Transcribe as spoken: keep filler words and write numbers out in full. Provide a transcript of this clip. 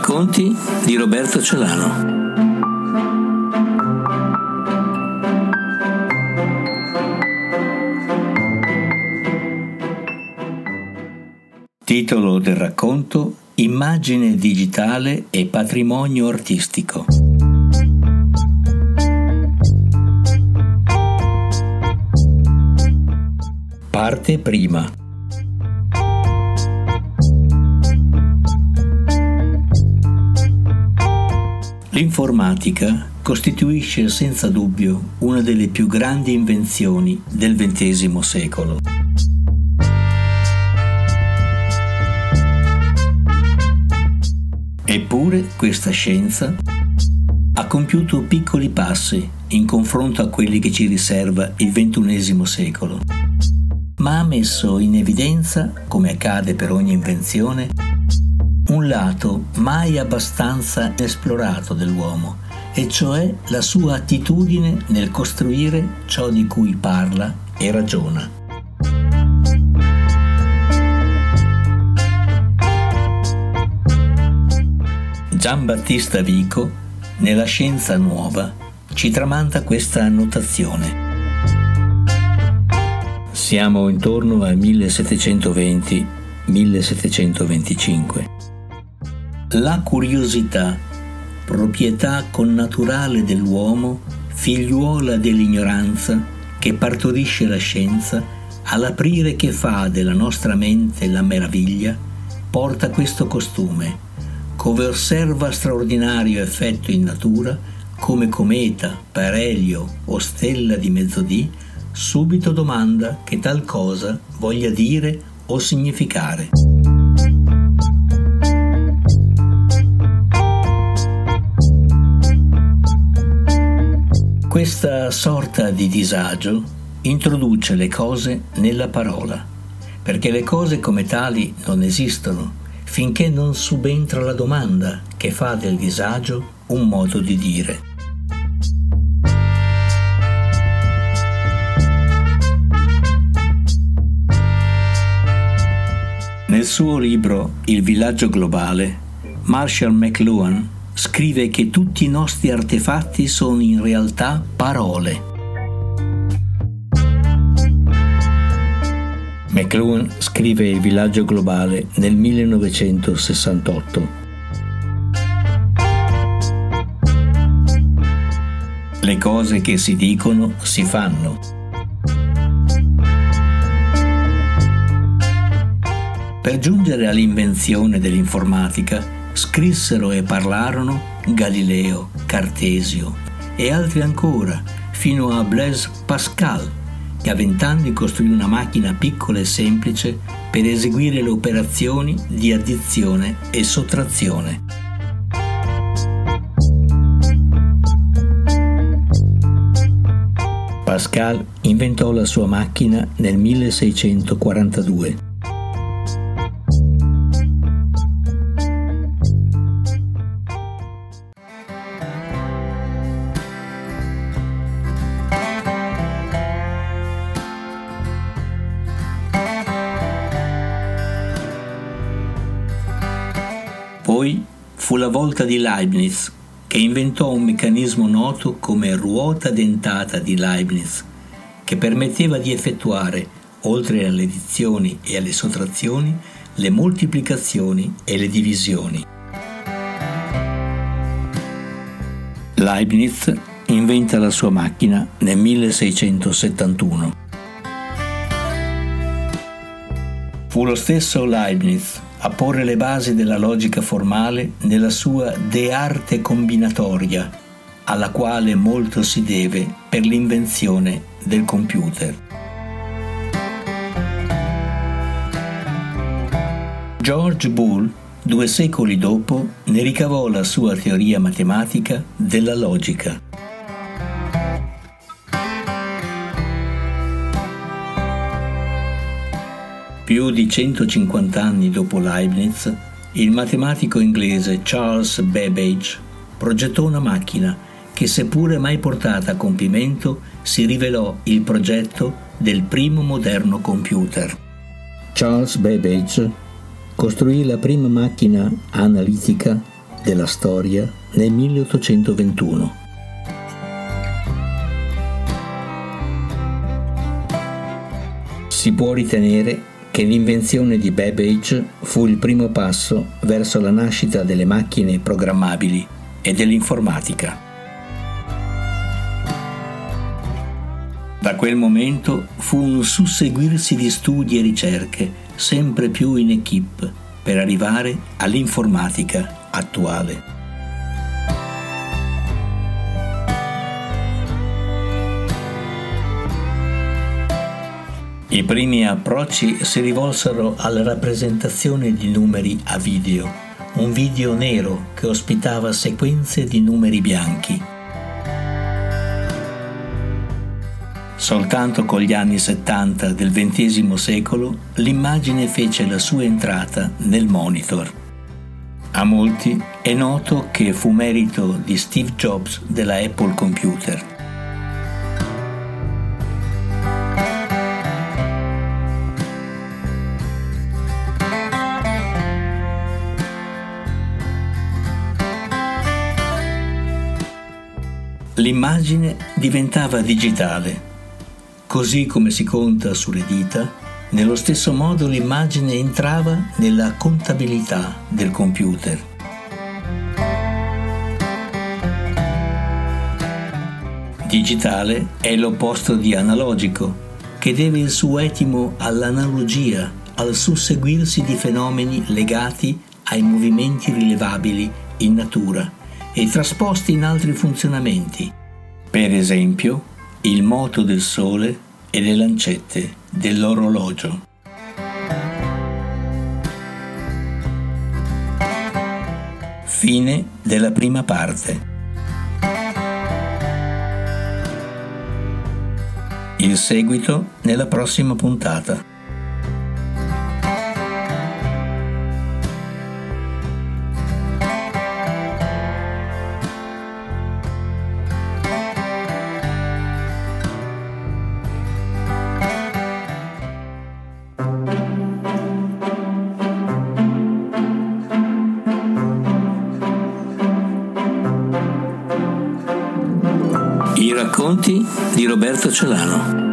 Racconti di Roberto Celano. Titolo del racconto: Immagine digitale e patrimonio artistico. Parte prima. L'informatica costituisce senza dubbio una delle più grandi invenzioni del ventesimo secolo. Eppure questa scienza ha compiuto piccoli passi in confronto a quelli che ci riserva il ventunesimo secolo, ma ha messo in evidenza, come accade per ogni invenzione, un lato mai abbastanza esplorato dell'uomo, e cioè la sua attitudine nel costruire ciò di cui parla e ragiona. Giambattista Vico, nella Scienza Nuova, ci tramanda questa annotazione. Siamo intorno al millesettecentoventi millesettecentoventicinque. La curiosità, proprietà connaturale dell'uomo, figliuola dell'ignoranza, che partorisce la scienza, all'aprire che fa della nostra mente la meraviglia, porta questo costume, cove osserva straordinario effetto in natura, come cometa, parelio o stella di mezzodì, subito domanda che tal cosa voglia dire o significare. Questa sorta di disagio introduce le cose nella parola, perché le cose come tali non esistono finché non subentra la domanda che fa del disagio un modo di dire. Nel suo libro Il villaggio globale, Marshall McLuhan scrive che tutti i nostri artefatti sono in realtà parole. McLuhan scrive Il villaggio globale nel millenovecentosessantotto. Le cose che si dicono si fanno. Per giungere all'invenzione dell'informatica, scrissero e parlarono Galileo, Cartesio e altri ancora, fino a Blaise Pascal, che a vent'anni costruì una macchina piccola e semplice per eseguire le operazioni di addizione e sottrazione. Pascal inventò la sua macchina nel milleseicentoquarantadue. Poi fu la volta di Leibniz, che inventò un meccanismo noto come ruota dentata di Leibniz, che permetteva di effettuare, oltre alle addizioni e alle sottrazioni, le moltiplicazioni e le divisioni. Leibniz inventa la sua macchina nel milleseicentosettantuno. Fu lo stesso Leibniz a porre le basi della logica formale nella sua De arte combinatoria, alla quale molto si deve per l'invenzione del computer. George Boole, due secoli dopo, ne ricavò la sua teoria matematica della logica. Più di centocinquanta anni dopo Leibniz, il matematico inglese Charles Babbage progettò una macchina che, seppure mai portata a compimento, si rivelò il progetto del primo moderno computer. Charles Babbage costruì la prima macchina analitica della storia nel milleottocentoventuno. Si può ritenere che l'invenzione di Babbage fu il primo passo verso la nascita delle macchine programmabili e dell'informatica. Da quel momento fu un susseguirsi di studi e ricerche sempre più in équipe per arrivare all'informatica attuale. I primi approcci si rivolsero alla rappresentazione di numeri a video, un video nero che ospitava sequenze di numeri bianchi. Soltanto con gli anni settanta del ventesimo secolo l'immagine fece la sua entrata nel monitor. A molti è noto che fu merito di Steve Jobs della Apple Computer. L'immagine diventava digitale. Così come si conta sulle dita, nello stesso modo l'immagine entrava nella contabilità del computer. Digitale è l'opposto di analogico, che deve il suo etimo all'analogia, al susseguirsi di fenomeni legati ai movimenti rilevabili in natura e trasposti in altri funzionamenti, per esempio il moto del sole e le lancette dell'orologio. Fine della prima parte. Il seguito nella prossima puntata. I racconti di Roberto Celano.